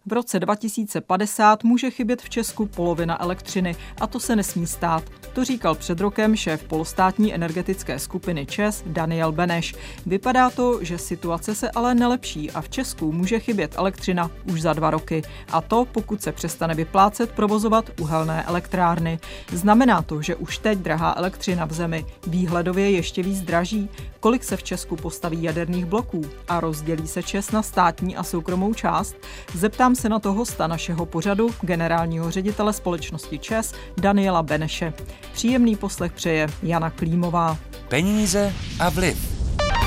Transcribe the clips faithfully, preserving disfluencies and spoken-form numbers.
V roce dva tisíce padesát může chybět v Česku polovina elektřiny a to se nesmí stát. To říkal před rokem šéf polostátní energetické skupiny ČEZ Daniel Beneš. Vypadá to, že situace se ale nelepší a v Česku může chybět elektřina už za dva roky. A to, pokud se přestane vyplácet provozovat uhelné elektrárny. Znamená to, že už teď drahá elektřina v zemi výhledově ještě víc draží? Kolik se v Česku postaví jaderných bloků a rozdělí se ČEZ na státní a soukromou část? Zeptám se na to hosta našeho pořadu, generálního ředitele společnosti ČEZ Daniela Beneše. Příjemný poslech přeje Jana Klímová. Peníze a vliv.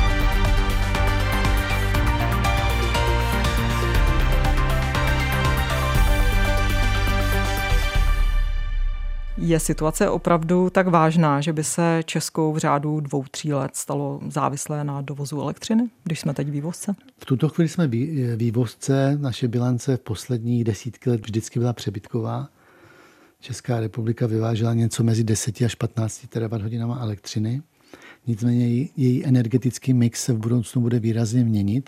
Je situace opravdu tak vážná, že by se Česko v řádu dvou, tří let stalo závislé na dovozu elektřiny, když jsme teď vývozce? V tuto chvíli jsme vývozce, naše bilance v posledních desítky let vždycky byla přebytková. Česká republika vyvážela něco mezi deset až patnáct terawatt hodinama elektřiny. Nicméně její energetický mix se v budoucnu bude výrazně měnit.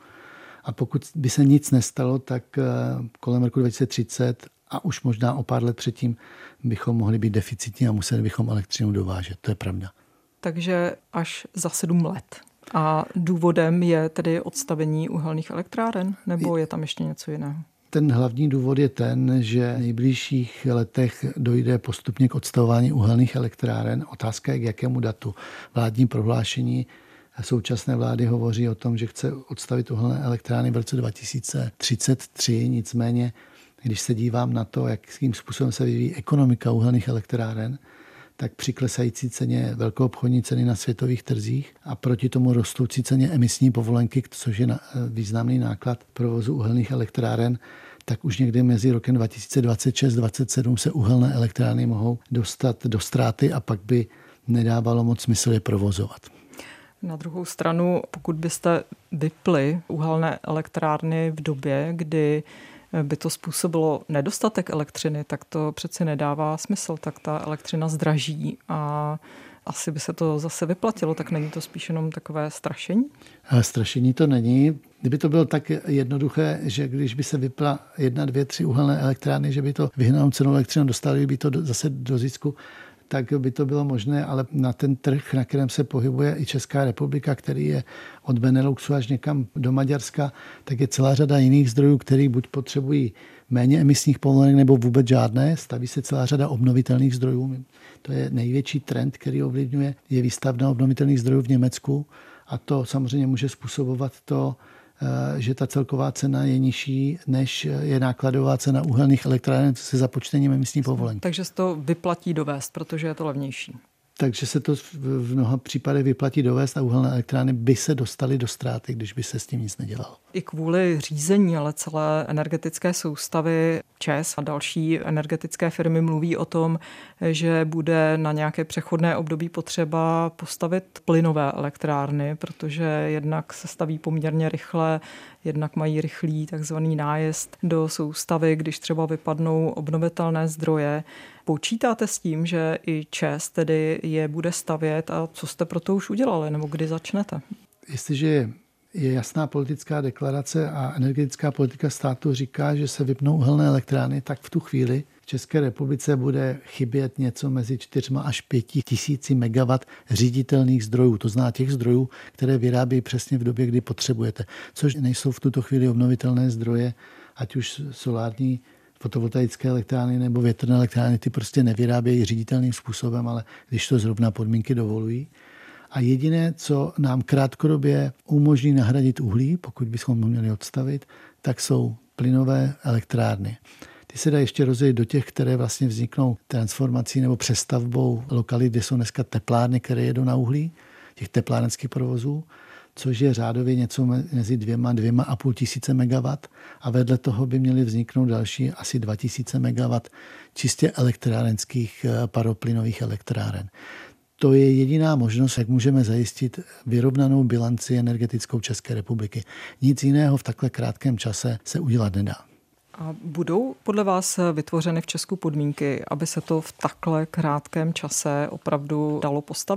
A pokud by se nic nestalo, tak kolem roku dva tisíce třicet a už možná o pár let předtím bychom mohli být deficitní a museli bychom elektřinu dovážet. To je pravda. Takže až za sedm let. A důvodem je tedy odstavení uhelných elektráren, nebo je tam ještě něco jiného? Ten hlavní důvod je ten, že v nejbližších letech dojde postupně k odstavování uhelných elektráren. Otázka je, k jakému datu. Vládní prohlášení současné vlády hovoří o tom, že chce odstavit uhelné elektrárny v roce dva tisíce třicet tři, nicméně když se dívám na to, jakým způsobem se vyvíjí ekonomika uhelných elektráren, tak při klesající ceně velkoobchodní ceny na světových trzích a proti tomu rostoucí ceně emisní povolenky, což je významný náklad provozu uhelných elektráren, tak už někdy mezi rokem dva tisíce dvacet šest dvacet sedm se uhelné elektrárny mohou dostat do ztráty a pak by nedávalo moc smysl je provozovat. Na druhou stranu, pokud byste vypli uhelné elektrárny v době, kdy by to způsobilo nedostatek elektřiny, tak to přeci nedává smysl, tak ta elektřina zdraží a asi by se to zase vyplatilo, tak není to spíš jenom takové strašení? Strašení to není. Kdyby to bylo tak jednoduché, že když by se vypla jedna, dvě, tři uhelné elektrárny, že by to vyhnanou cenu elektřinu dostali by to zase do zisku, tak by to bylo možné, ale na ten trh, na kterém se pohybuje i Česká republika, který je od Beneluxu až někam do Maďarska, tak je celá řada jiných zdrojů, který buď potřebují méně emisních povolenek nebo vůbec žádné. Staví se celá řada obnovitelných zdrojů. To je největší trend, který ovlivňuje, je výstavba obnovitelných zdrojů v Německu a to samozřejmě může způsobovat to, že ta celková cena je nižší, než je nákladová cena uhelných elektráren se započtením emisní povolenky. Takže se to vyplatí dovést, protože je to levnější. Takže se to v mnoha případech vyplatí dovést a uhelné elektrárny by se dostaly do ztráty, když by se s tím nic nedělalo. I kvůli řízení, ale celé energetické soustavy ČEZ a další energetické firmy mluví o tom, že bude na nějaké přechodné období potřeba postavit plynové elektrárny, protože jednak se staví poměrně rychle, jednak mají rychlý takzvaný nájezd do soustavy, když třeba vypadnou obnovitelné zdroje. Počítáte s tím, že i ČEZ tedy je bude stavět a co jste pro to už udělali, nebo kdy začnete? Jestliže je jasná politická deklarace a energetická politika státu říká, že se vypnou uhelné elektrárny, tak v tu chvíli v České republice bude chybět něco mezi čtyřma až pěti tisíci megawatt říditelných zdrojů. To znamená těch zdrojů, které vyrábí přesně v době, kdy potřebujete. Což nejsou v tuto chvíli obnovitelné zdroje, ať už solární, fotovoltaické elektrárny nebo větrné elektrárny, ty prostě nevyrábějí říditelným způsobem, ale když to zrovna podmínky dovolují. A jediné, co nám krátkodobě umožní nahradit uhlí, pokud bychom ho měli odstavit, tak jsou plynové elektrárny. Ty se dají ještě rozdělit do těch, které vlastně vzniknou transformací nebo přestavbou lokalit, kde jsou dneska teplárny, které jedou na uhlí, těch teplárenských provozů, což je řádově něco mezi dvěma, dvěma a půl tisíce megawatt a vedle toho by měly vzniknout další asi dva tisíce megawatt čistě elektrárenských paroplynových elektráren. To je jediná možnost, jak můžeme zajistit vyrovnanou bilanci energetickou České republiky. Nic jiného v takhle krátkém čase se udělat nedá. A budou podle vás vytvořeny v Česku podmínky, aby se to v takhle krátkém čase opravdu dalo postavit?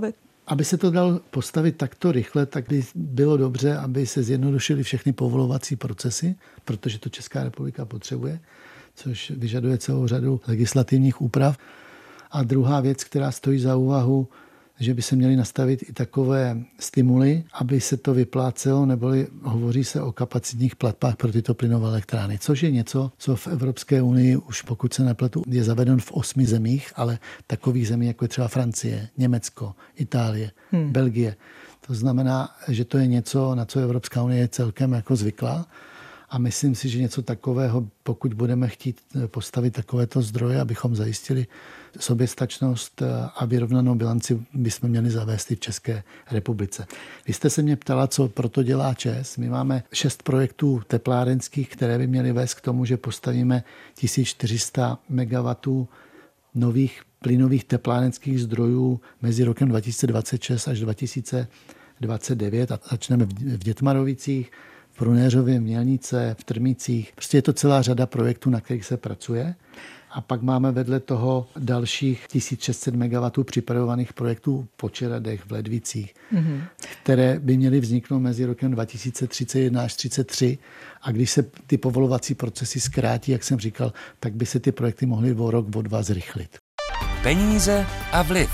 Aby se to dalo postavit takto rychle, tak by bylo dobře, aby se zjednodušily všechny povolovací procesy, protože to Česká republika potřebuje, což vyžaduje celou řadu legislativních úprav. A druhá věc, která stojí za úvahu, že by se měly nastavit i takové stimuly, aby se to vyplácelo, neboli hovoří se o kapacitních platbách pro tyto plynové elektrárny, což je něco, co v Evropské unii už, pokud se nepletu, je zaveden v osmi zemích, ale takových zemí, jako je třeba Francie, Německo, Itálie, hmm. Belgie. To znamená, že to je něco, na co Evropská unie je celkem jako zvyklá. A myslím si, že něco takového, pokud budeme chtít postavit takovéto zdroje, abychom zajistili soběstačnost a vyrovnanou bilanci, bychom měli zavést i v České republice. Vy jste se mě ptala, co proto dělá ČEZ. My máme šest projektů teplárenských, které by měly vést k tomu, že postavíme tisíc čtyři sta megawattů nových plynových teplárenských zdrojů mezi rokem dva tisíce dvacet šest až dva tisíce dvacet devět a začneme v Dětmarovicích, v Prunéřově, v Mělnice, v Trmících. Prostě je to celá řada projektů, na kterých se pracuje. A pak máme vedle toho dalších tisíc šest set megawattů připravovaných projektů v Počeradech, v Ledvicích, mm-hmm. které by měly vzniknout mezi rokem dva tisíce třicet jedna až třicet tři. A když se ty povolovací procesy zkrátí, jak jsem říkal, tak by se ty projekty mohly o rok, o dva zrychlit. Peníze a vliv.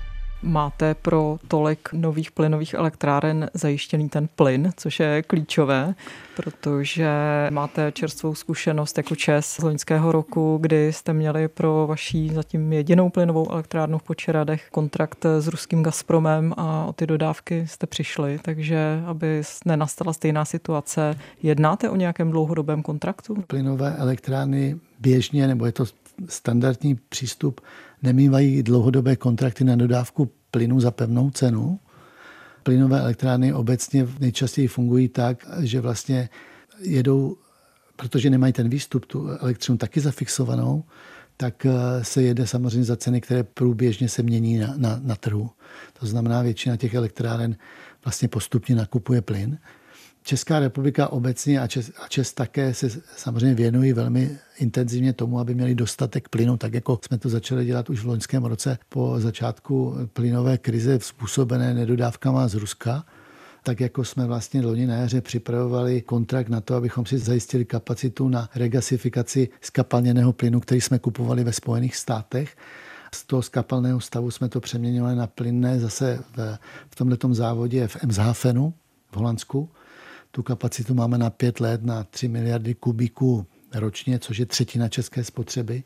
Máte pro tolik nových plynových elektráren zajištěný ten plyn, což je klíčové, protože máte čerstvou zkušenost jako ČEZ z loňského roku, kdy jste měli pro vaší zatím jedinou plynovou elektrárnu v Počeradech kontrakt s ruským Gazpromem a o ty dodávky jste přišli, takže aby nenastala stejná situace, jednáte o nějakém dlouhodobém kontraktu? Plynové elektrárny běžně, nebo je to standardní přístup, nemývají dlouhodobé kontrakty na dodávku plynu za pevnou cenu. Plynové elektrárny obecně nejčastěji fungují tak, že vlastně jedou, protože nemají ten výstup, tu elektřinu taky zafixovanou, tak se jede samozřejmě za ceny, které průběžně se mění na, na, na trhu. To znamená, většina těch elektráren vlastně postupně nakupuje plyn. Česká republika obecně a ČEZ, a ČEZ také se samozřejmě věnují velmi intenzivně tomu, aby měli dostatek plynu, tak jako jsme to začali dělat už v loňském roce po začátku plynové krize způsobené nedodávkama z Ruska. Tak jako jsme vlastně loni na jaře připravovali kontrakt na to, abychom si zajistili kapacitu na regasifikaci skapalněného plynu, který jsme kupovali ve Spojených státech. Z toho skapalného stavu jsme to přeměňovali na plynné zase v, v tomhletom závodě v Emshafenu v Holandsku. Tu kapacitu máme na pět let na tři miliardy kubíků ročně, což je třetina české spotřeby.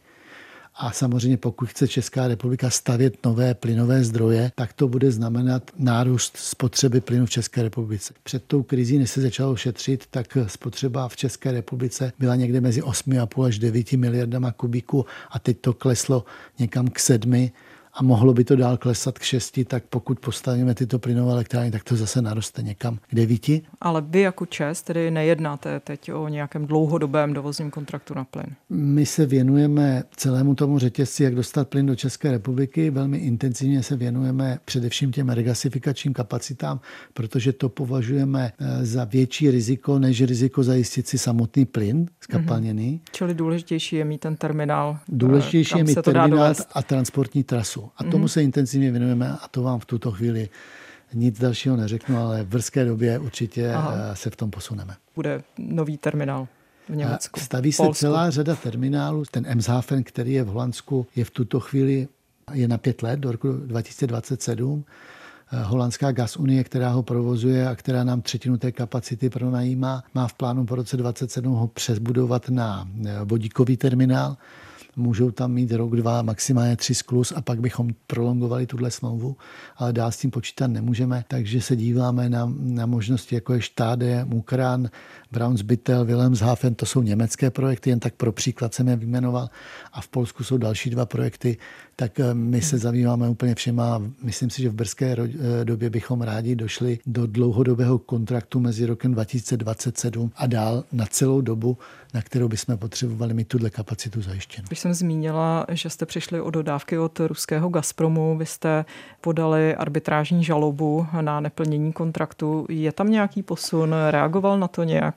A samozřejmě pokud chce Česká republika stavět nové plynové zdroje, tak to bude znamenat nárůst spotřeby plynu v České republice. Před tou krizí, než se začalo šetřit, tak spotřeba v České republice byla někde mezi osm a půl až devět miliardama kubíků a teď to kleslo někam k sedmi. A mohlo by to dál klesat k šesti, tak pokud postavíme tyto plynové elektrárny, tak to zase naroste někam k devíti. Ale vy jako ČEZ tedy nejednáte teď o nějakém dlouhodobém dovozním kontraktu na plyn? My se věnujeme celému tomu řetězci, jak dostat plyn do České republiky. Velmi intenzivně se věnujeme především těm regasifikačním kapacitám, protože to považujeme za větší riziko, než riziko zajistit si samotný plyn skapalněný. Mm-hmm. Čili důležitější je mít ten terminál. Důležitější je mít terminál a transportní trasu. A tomu se intenzivně věnujeme a to vám v tuto chvíli nic dalšího neřeknu, ale v brzké době určitě Aha. se v tom posuneme. Bude nový terminál v Německu. Staví se celá řada terminálů. Ten Emshaven, který je v Holandsku, je v tuto chvíli je na pět let do roku dva tisíce dvacet sedm. Holandská Gasunie, která ho provozuje a která nám třetinu té kapacity pronajímá, má v plánu po roce dvacet sedm ho přesbudovat na vodíkový terminál. Můžou tam mít rok, dva, maximálně tři skluz a pak bychom prolongovali tuhle smlouvu, ale dál s tím počítat nemůžeme, takže se díváme na, na možnosti, jako je Stade, Mukran, Braunsbüttel, Wilhelmshaven, to jsou německé projekty, jen tak pro příklad jsem je vyjmenoval a v Polsku jsou další dva projekty, tak my se zabýváme úplně všema. Myslím si, že v brzké době bychom rádi došli do dlouhodobého kontraktu mezi rokem dva tisíce dvacet sedm a dál na celou dobu, na kterou bychom potřebovali mít tuhle kapacitu zajištěnou. Když jsem zmínila, že jste přišli o dodávky od ruského Gazpromu, vy jste podali arbitrážní žalobu na neplnění kontraktu. Je tam nějaký posun? Reagoval na to nějak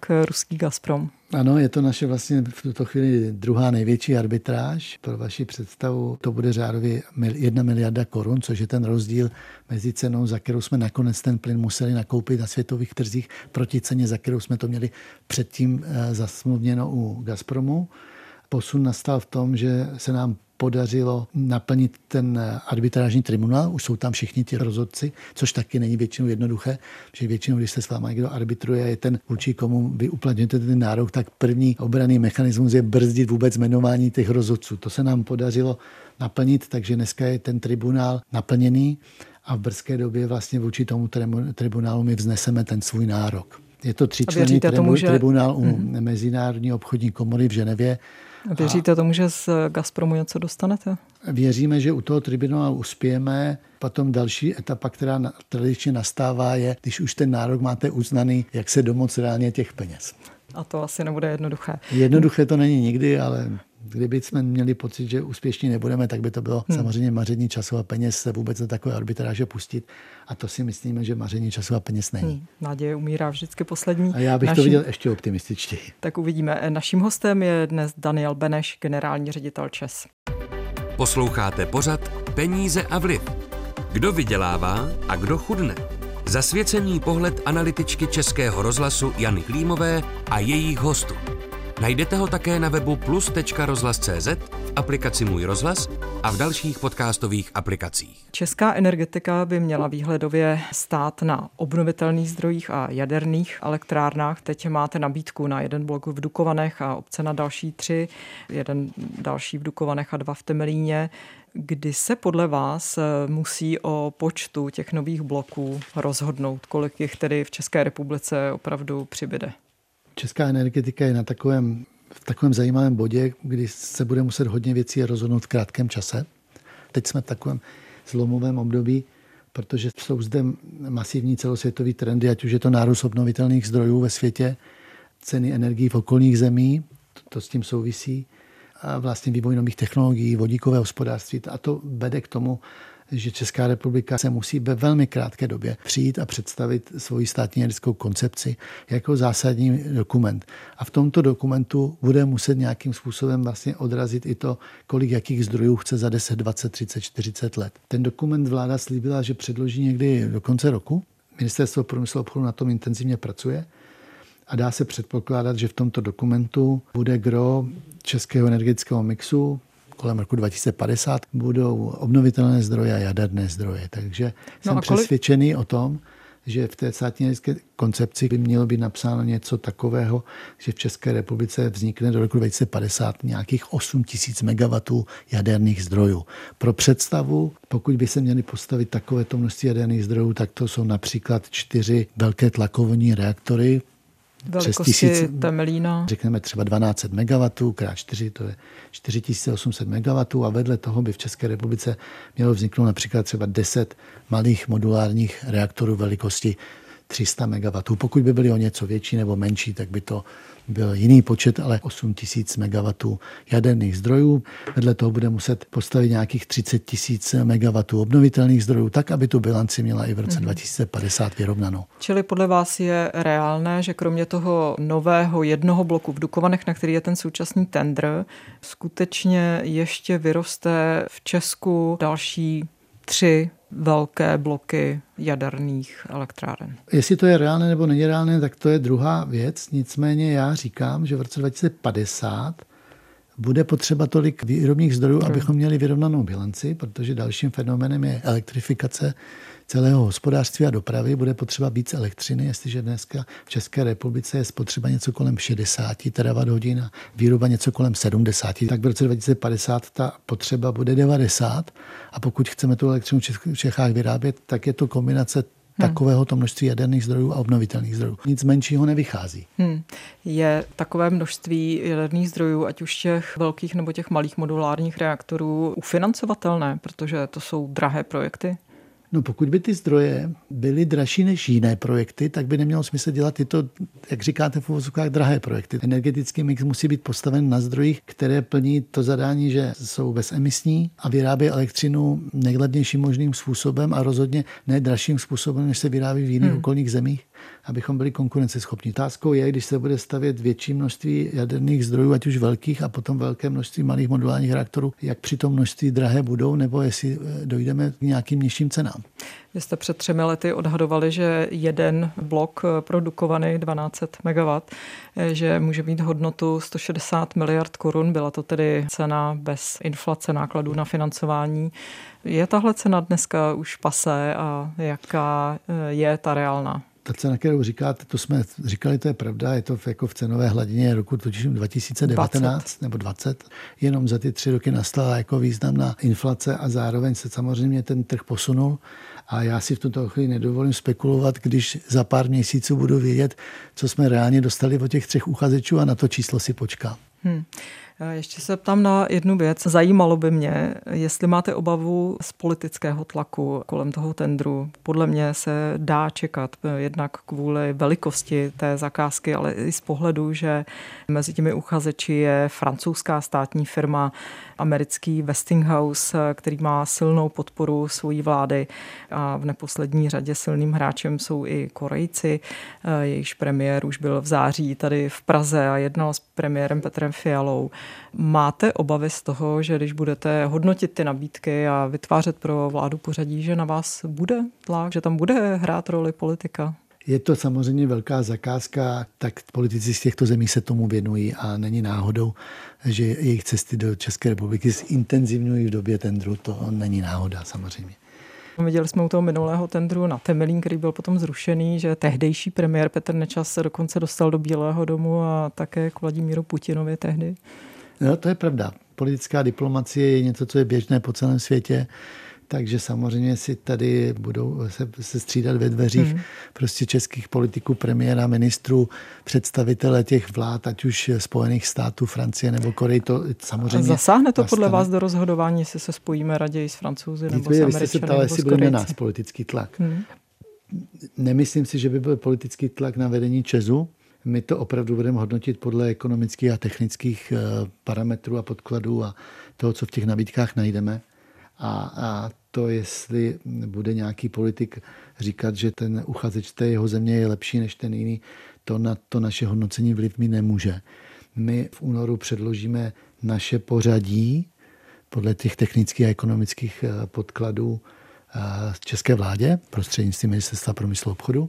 ruský Gazprom. Ano, je to naše vlastně v tuto chvíli druhá největší arbitráž. Pro vaši představu to bude řádově jedna miliarda korun, což je ten rozdíl mezi cenou, za kterou jsme nakonec ten plyn museli nakoupit na světových trzích proti ceně, za kterou jsme to měli předtím zasmluvněno u Gazpromu. Posun nastal v tom, že se nám podařilo naplnit ten arbitrážní tribunál, už jsou tam všichni ti rozhodci, což taky není většinou jednoduché, že většinou, když se s vámi někdo arbitruje, je ten vůči komu vy uplatňujete ten nárok, tak první obranný mechanismus je brzdit vůbec jmenování těch rozhodců. To se nám podařilo naplnit, takže dneska je ten tribunál naplněný a v brzké době vlastně vůči tomu tribunálu my vzneseme ten svůj nárok. Je to tříčlenný tribu, že... tribunál u hmm. Mezinárodní obchodní komory v Ženevě. Věříte tomu, že z Gazpromu něco dostanete? Věříme, že u toho tribunálu uspějeme. Potom další etapa, která tradičně nastává, je, když už ten nárok máte uznaný, jak se domoct reálně těch peněz. A to asi nebude jednoduché. Jednoduché to není nikdy, ale kdyby jsme měli pocit, že úspěšní nebudeme, tak by to bylo hmm. samozřejmě maření času a peněz se vůbec do takové arbitráže pustit. A to si myslíme, že maření času a peněz není. Hmm. Naděje umírá vždycky poslední. A já bych Naším... to viděl ještě optimističtěji. Tak uvidíme. Naším hostem je dnes Daniel Beneš, generální ředitel ČEZ. Posloucháte pořad Peníze a vliv. Kdo vydělává a kdo chudne? Zasvěcený pohled analytičky Českého rozhlasu Jany Klímové a jejich hostů. Najdete ho také na webu plus tečka rozhlas tečka cé zet, v aplikaci Můj rozhlas a v dalších podcastových aplikacích. Česká energetika by měla výhledově stát na obnovitelných zdrojích a jaderných elektrárnách. Teď máte nabídku na jeden blok v Dukovanech a obce na další tři, jeden další v Dukovanech a dva v Temelíně. Kdy se podle vás musí o počtu těch nových bloků rozhodnout? Kolik jich tedy v České republice opravdu přibyde? Česká energetika je na takovém, v takovém zajímavém bodě, kdy se bude muset hodně věcí rozhodnout v krátkém čase. Teď jsme v takovém zlomovém období, protože jsou zde masivní celosvětový trendy, ať už je to nárůst obnovitelných zdrojů ve světě, ceny energií v okolních zemí, to, to s tím souvisí, a vlastně vývoj nových technologií, vodíkové hospodářství. A to vede k tomu, že Česká republika se musí ve velmi krátké době přijít a představit svoji státní energetickou koncepci jako zásadní dokument. A v tomto dokumentu bude muset nějakým způsobem vlastně odrazit i to, kolik jakých zdrojů chce za deset, dvacet, třicet, čtyřicet let. Ten dokument vláda slíbila, že předloží někdy do konce roku. Ministerstvo průmyslu a obchodu na tom intenzivně pracuje a dá se předpokládat, že v tomto dokumentu bude gro českého energetického mixu. Kolem roku dva tisíce padesát budou obnovitelné zdroje a jaderné zdroje. Takže no jsem kolik... přesvědčený o tom, že v té státní energetické koncepci by mělo být napsáno něco takového, že v České republice vznikne do roku dva tisíce padesát nějakých osm tisíc megawattů jaderných zdrojů. Pro představu, pokud by se měly postavit takovéto množství jaderných zdrojů, tak to jsou například čtyři velké tlakovodní reaktory, velikosti Temelína. Řekneme třeba dvanáct set megawattů krát čtyři, to je čtyři tisíce osm set megawattů a vedle toho by v České republice mělo vzniknout například třeba deset malých modulárních reaktorů velikosti tři sta megawattů. Pokud by byly o něco větší nebo menší, tak by to byl jiný počet, ale osm tisíc megawattů jaderných zdrojů. Vedle toho bude muset postavit nějakých třicet tisíc megawattů obnovitelných zdrojů, tak, aby tu bilanci měla i v roce mm. dva tisíce padesát vyrovnanou. Čili podle vás je reálné, že kromě toho nového jednoho bloku v Dukovanech, na který je ten současný tendr, skutečně ještě vyroste v Česku další tři velké bloky jaderných elektráren. Jestli to je reálné nebo není reálné, tak to je druhá věc. Nicméně já říkám, že v roce dva tisíce padesát bude potřeba tolik výrobních zdrojů, hmm. abychom měli vyrovnanou bilanci, protože dalším fenoménem je elektrifikace celého hospodářství a dopravy. Bude potřeba víc elektřiny, jestliže dneska v České republice je spotřeba něco kolem šedesát terawatt hodin a výroba něco kolem sedmdesát. Tak v roce dva tisíce padesát ta potřeba bude devadesát a pokud chceme tu elektřinu v Čechách vyrábět, tak je to kombinace Hmm. takovéhoto množství jaderných zdrojů a obnovitelných zdrojů. Nic menšího nevychází. Hmm. Je takové množství jaderných zdrojů, ať už těch velkých nebo těch malých modulárních reaktorů, ufinancovatelné, protože to jsou drahé projekty? No pokud by ty zdroje byly dražší než jiné projekty, tak by nemělo smysl dělat tyto, jak říkáte v uvozovkách, drahé projekty. Energetický mix musí být postaven na zdrojích, které plní to zadání, že jsou bezemisní a vyrábí elektřinu nejlevnějším možným způsobem a rozhodně ne dražším způsobem, než se vyrábí v jiných hmm. okolních zemích. abychom byli konkurenceschopní. Otázkou je, když se bude stavět větší množství jaderných zdrojů, ať už velkých a potom velké množství malých modulárních reaktorů, jak při tom množství drahé budou, nebo jestli dojdeme k nějakým nižším cenám. Vy jste před třemi lety odhadovali, že jeden blok produkovaný dvanáct set megawatt, že může mít hodnotu sto šedesát miliard korun. Byla to tedy cena bez inflace nákladů na financování. Je tahle cena dneska už pasé a jaká je ta reálná? Ta cena, kterou říkáte, to jsme říkali, to je pravda, je to v, jako v cenové hladině roku totiž dva tisíce devatenáct dvacet nebo dvacet. Jenom za ty tři roky nastala jako významná inflace a zároveň se samozřejmě ten trh posunul. A já si v tuto chvíli nedovolím spekulovat, když za pár měsíců budu vědět, co jsme reálně dostali od těch třech uchazečů a na to číslo si počkám. Hmm. Ještě se ptám na jednu věc. Zajímalo by mě, jestli máte obavu z politického tlaku kolem toho tendru. Podle mě se dá čekat jednak kvůli velikosti té zakázky, ale i z pohledu, že mezi těmi uchazeči je francouzská státní firma, americký Westinghouse, který má silnou podporu svojí vlády a v neposlední řadě silným hráčem jsou i Korejci. Jejichž premiér už byl v září tady v Praze a jednal s premiérem Petrem Fialou. Máte obavy z toho, že když budete hodnotit ty nabídky a vytvářet pro vládu pořadí, že na vás bude tlak, že tam bude hrát roli politika? Je to samozřejmě velká zakázka, tak politici z těchto zemí se tomu věnují a není náhodou, že jejich cesty do České republiky zintenzivňují v době tendru. To není náhoda samozřejmě. Viděli jsme u toho minulého tendru na Temelín, který byl potom zrušený, že tehdejší premiér Petr Nečas se dokonce dostal do Bílého domu a také k Vladimíru Putinovi tehdy. No, to je pravda. Politická diplomacie je něco, co je běžné po celém světě, takže samozřejmě si tady budou se, se střídat ve dveřích hmm. prostě českých politiků, premiéra, ministrů, představitele těch vlád, ať už Spojených států, Francie nebo Koreji. To samozřejmě. A zasáhne to podle vás do rozhodování, jestli se spojíme raději s Francouzi nebo s Američany? Vy jste se ptali, jestli bude na nás politický tlak. Hmm. Nemyslím si, že by byl politický tlak na vedení ČEZu. My to opravdu budeme hodnotit podle ekonomických a technických parametrů a podkladů a toho, co v těch nabídkách najdeme. A, a to, jestli bude nějaký politik říkat, že ten uchazeč té jeho země je lepší než ten jiný, to na to naše hodnocení vliv mít nemůže. My v únoru předložíme naše pořadí podle těch technických a ekonomických podkladů české vládě prostřednictvím Ministerstva průmyslu a obchodu.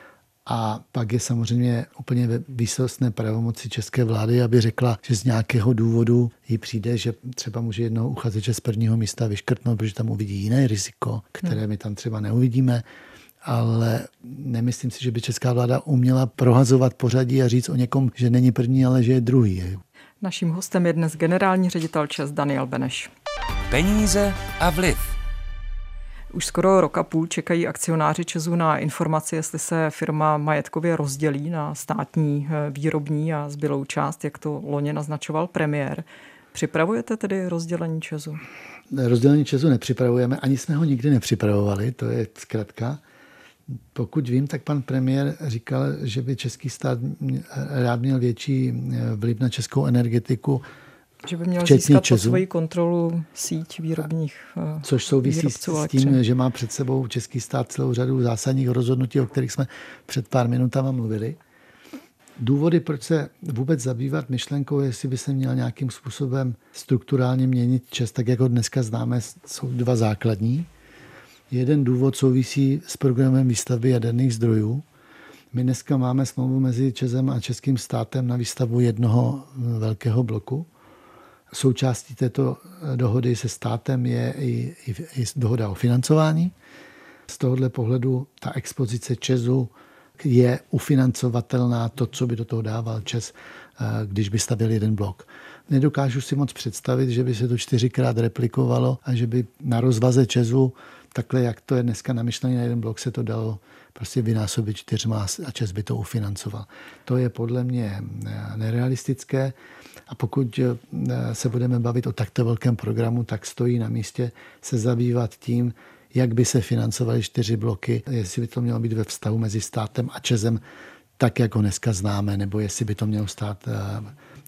A pak je samozřejmě úplně ve výsostné pravomoci české vlády, aby řekla, že z nějakého důvodu jí přijde, že třeba může jednoho uchazeče z prvního místa vyškrtnout, protože tam uvidí jiné riziko, které my tam třeba neuvidíme. Ale nemyslím si, že by česká vláda uměla prohazovat pořadí a říct o někom, že není první, ale že je druhý. Naším hostem je dnes generální ředitel ČEZ Daniel Beneš. Peníze a vliv. Už skoro rok a půl čekají akcionáři ČEZu na informaci, jestli se firma majetkově rozdělí na státní výrobní a zbylou část, jak to loni naznačoval premiér. Připravujete tedy rozdělení ČEZu? Rozdělení ČEZu nepřipravujeme, ani jsme ho nikdy nepřipravovali, to je zkratka. Pokud vím, tak pan premiér říkal, že by český stát rád měl větší vliv na českou energetiku, že by měl získat pod svoji kontrolu síť výrobních výrobců. Což souvisí s tím, že má před sebou český stát celou řadu zásadních rozhodnutí, o kterých jsme před pár minutama mluvili. Důvody, proč se vůbec zabývat myšlenkou, jestli by se měl nějakým způsobem strukturálně měnit ČEZ, tak jako dneska známe, jsou dva základní. Jeden důvod souvisí s programem výstavby jaderných zdrojů. My dneska máme smlouvu mezi ČEZem a českým státem na výstavbu jednoho velkého bloku. Součástí této dohody se státem je i, i, i dohoda o financování. Z tohohle pohledu ta expozice ČEZu je ufinancovatelná, to, co by do toho dával ČEZ, když by stavěl jeden blok. Nedokážu si moc představit, že by se to čtyřikrát replikovalo a že by na rozvaze ČEZu, takhle jak to je dneska namyšlené na jeden blok, se to dalo prostě vynásobit čtyřma a ČEZ by to ufinancoval. To je podle mě nerealistické. A pokud se budeme bavit o takto velkém programu, tak stojí na místě se zabývat tím, jak by se financovaly čtyři bloky, jestli by to mělo být ve vztahu mezi státem a ČEZem, tak, jak ho dneska známe, nebo jestli by to mělo stát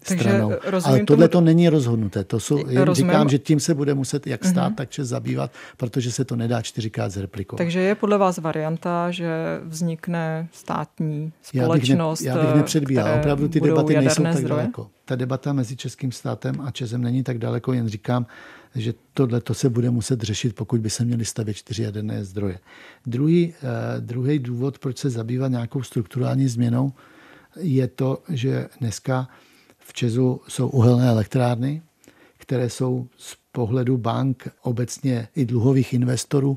stranou. Ale tohle to není rozhodnuté. To jsou, jen rozumím. Říkám, že tím se bude muset jak stát, uh-huh. tak ČEZ zabývat, protože se to nedá čtyřikrát zreplikovat. Takže je podle vás varianta, že vznikne státní společnost, já bych, ne, já bych nepředbíhal. Opravdu ty debaty nejsou tak zdroje? daleko. Ta debata mezi českým státem a ČEZem není tak daleko, jen říkám, že tohle to se bude muset řešit, pokud by se měly stavět čtyři jaderné zdroje. Druhý, eh, druhý důvod, proč se zabývat nějakou strukturální změnou, je to, že dneska v ČEZu jsou uhelné elektrárny, které jsou z pohledu bank, obecně i dluhových investorů,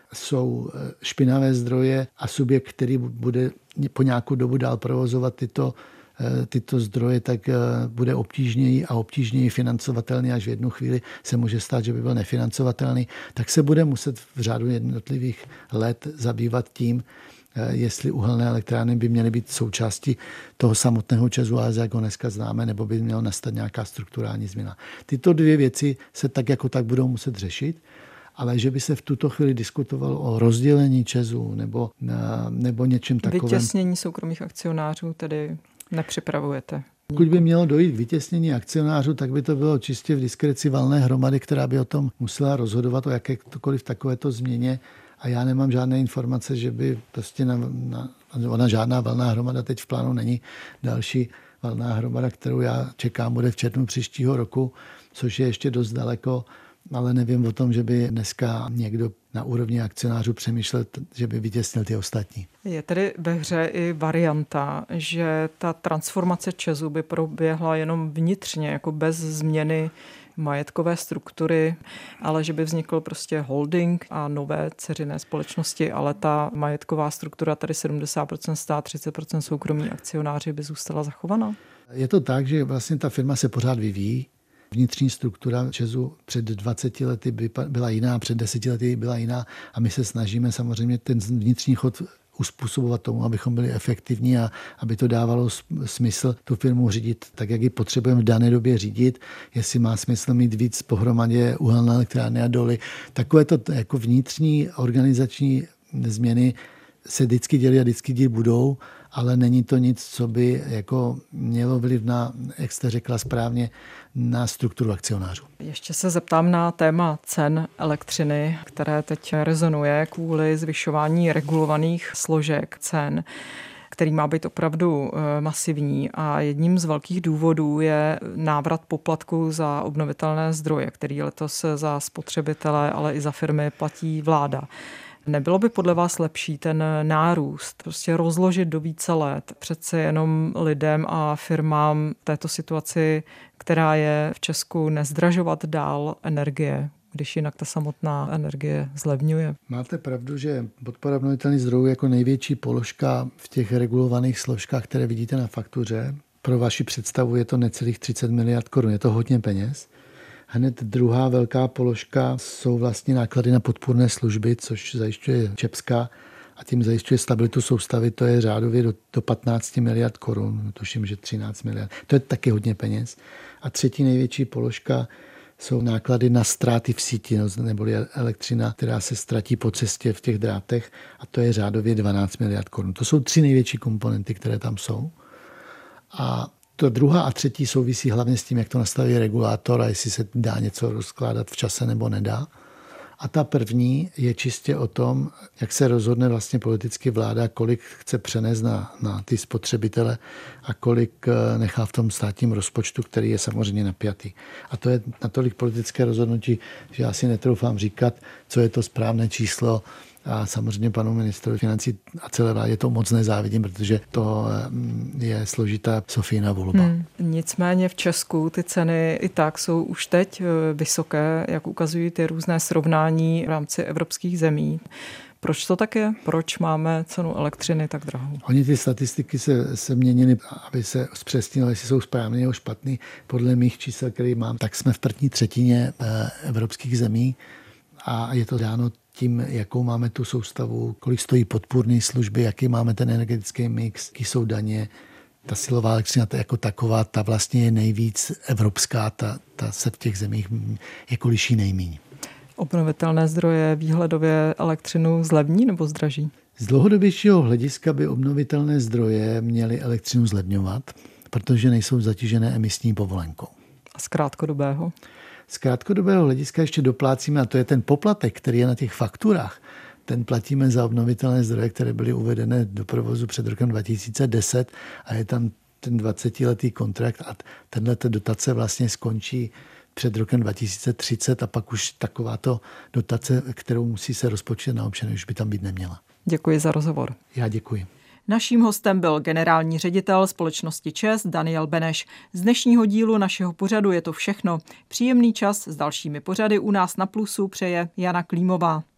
jsou špinavé zdroje a subjekt, který bude po nějakou dobu dál provozovat tyto, tyto zdroje, tak bude obtížněji a obtížněji financovatelný, až v jednu chvíli se může stát, že by byl nefinancovatelný, tak se bude muset v řádu jednotlivých let zabývat tím, jestli uhelné elektrárny by měly být součástí toho samotného ČEZu, ale jak ho dneska známe, nebo by měla nastat nějaká strukturální změna. Tyto dvě věci se tak jako tak budou muset řešit, ale že by se v tuto chvíli diskutovalo o rozdělení ČEZu nebo, nebo něčem takovém. Vytěsnění soukromých akcionářů tedy nepřipravujete? Pokud by mělo dojít k vytěsnění akcionářů, tak by to bylo čistě v diskreci valné hromady, která by o tom musela rozhodovat o jakékoliv takovéto změně. A já nemám žádné informace, že by prostě na, na, ona žádná valná hromada teď v plánu není. Další valná hromada, kterou já čekám, bude v červnu příštího roku, což je ještě dost daleko, ale nevím o tom, že by dneska někdo na úrovni akcionářů přemýšlel, že by vytěsnil ty ostatní. Je tedy ve hře i varianta, že ta transformace ČEZu by proběhla jenom vnitřně, jako bez změny majetkové struktury, ale že by vznikl prostě holding a nové dceřiné společnosti, ale ta majetková struktura, tady sedmdesát procent stát, třicet procent soukromí akcionáři, by zůstala zachovaná? Je to tak, že vlastně ta firma se pořád vyvíjí. Vnitřní struktura ČEZu před dvaceti lety byla jiná, před deseti lety byla jiná a my se snažíme samozřejmě ten vnitřní chod uspůsobovat tomu, abychom byli efektivní a aby to dávalo smysl tu firmu řídit tak, jak ji potřebujeme v dané době řídit, jestli má smysl mít víc pohromadě uhelné elektrárny a doly. Takové to jako vnitřní organizační změny se vždycky dělí a vždycky dít budou, ale není to nic, co by jako mělo vliv na, jak jste řekla správně, na strukturu akcionářů. Ještě se zeptám na téma cen elektřiny, které teď rezonuje kvůli zvyšování regulovaných složek cen, který má být opravdu masivní a jedním z velkých důvodů je návrat poplatku za obnovitelné zdroje, který letos za spotřebitele, ale i za firmy platí vláda. Nebylo by podle vás lepší ten nárůst prostě rozložit do více let? Přece jenom lidem a firmám v této situaci, která je v Česku, nezdražovat dál energie, když jinak ta samotná energie zlevňuje? Máte pravdu, že podpora obnovitelných zdrojů jako největší položka v těch regulovaných složkách, které vidíte na faktuře. Pro vaši představu je to necelých třicet miliard korun. Je to hodně peněz. Hned druhá velká položka jsou vlastně náklady na podpůrné služby, což zajišťuje ČEPSka a tím zajišťuje stabilitu soustavy, to je řádově do, do patnáct miliard korun, tuším, že třináct miliard. To je taky hodně peněz. A třetí největší položka jsou náklady na ztráty v síti, neboli elektřina, která se ztratí po cestě v těch drátech a to je řádově dvanáct miliard korun. To jsou tři největší komponenty, které tam jsou. A to druhá a třetí souvisí hlavně s tím, jak to nastaví regulátor a jestli se dá něco rozkládat v čase nebo nedá. A ta první je čistě o tom, jak se rozhodne vlastně politicky vláda, kolik chce přenést na, na ty spotřebitele a kolik nechá v tom státním rozpočtu, který je samozřejmě napjatý. A to je natolik politické rozhodnutí, že já si netroufám říkat, co je to správné číslo. A samozřejmě panu ministrovi financí a celé vládě to moc nezávidím, protože to je složitá Sofína volba. Hmm. Nicméně v Česku ty ceny i tak jsou už teď vysoké, jak ukazují ty různé srovnání v rámci evropských zemí. Proč to tak je? Proč máme cenu elektřiny tak drahou? Oni ty statistiky se, se měnily, aby se zpřesnilo, jestli jsou správný nebo špatný. Podle mých čísel, které mám, tak jsme v první třetině evropských zemí a je to dáno tím, jakou máme tu soustavu, kolik stojí podpůrné služby, jaký máme ten energetický mix, jaký jsou daně. Ta silová elektřina ta jako taková, ta vlastně je nejvíc evropská, ta, ta se v těch zemích jako liší nejméně. Obnovitelné zdroje výhledově elektřinu zlevní nebo zdraží? Z dlouhodobějšího hlediska by obnovitelné zdroje měly elektřinu zlevňovat, protože nejsou zatížené emisní povolenkou. A z krátkodobého? Z krátkodobého hlediska ještě doplácíme, a to je ten poplatek, který je na těch fakturách. Ten platíme za obnovitelné zdroje, které byly uvedené do provozu před rokem dva tisíce deset a je tam ten dvacetiletý kontrakt a tenhlete dotace vlastně skončí před rokem dva tisíce třicet a pak už takováto dotace, kterou musí se rozpočítat na občany, už by tam být neměla. Děkuji za rozhovor. Já děkuji. Naším hostem byl generální ředitel společnosti ČEZ Daniel Beneš. Z dnešního dílu našeho pořadu je to všechno. Příjemný čas s dalšími pořady u nás na Plusu přeje Jana Klímová.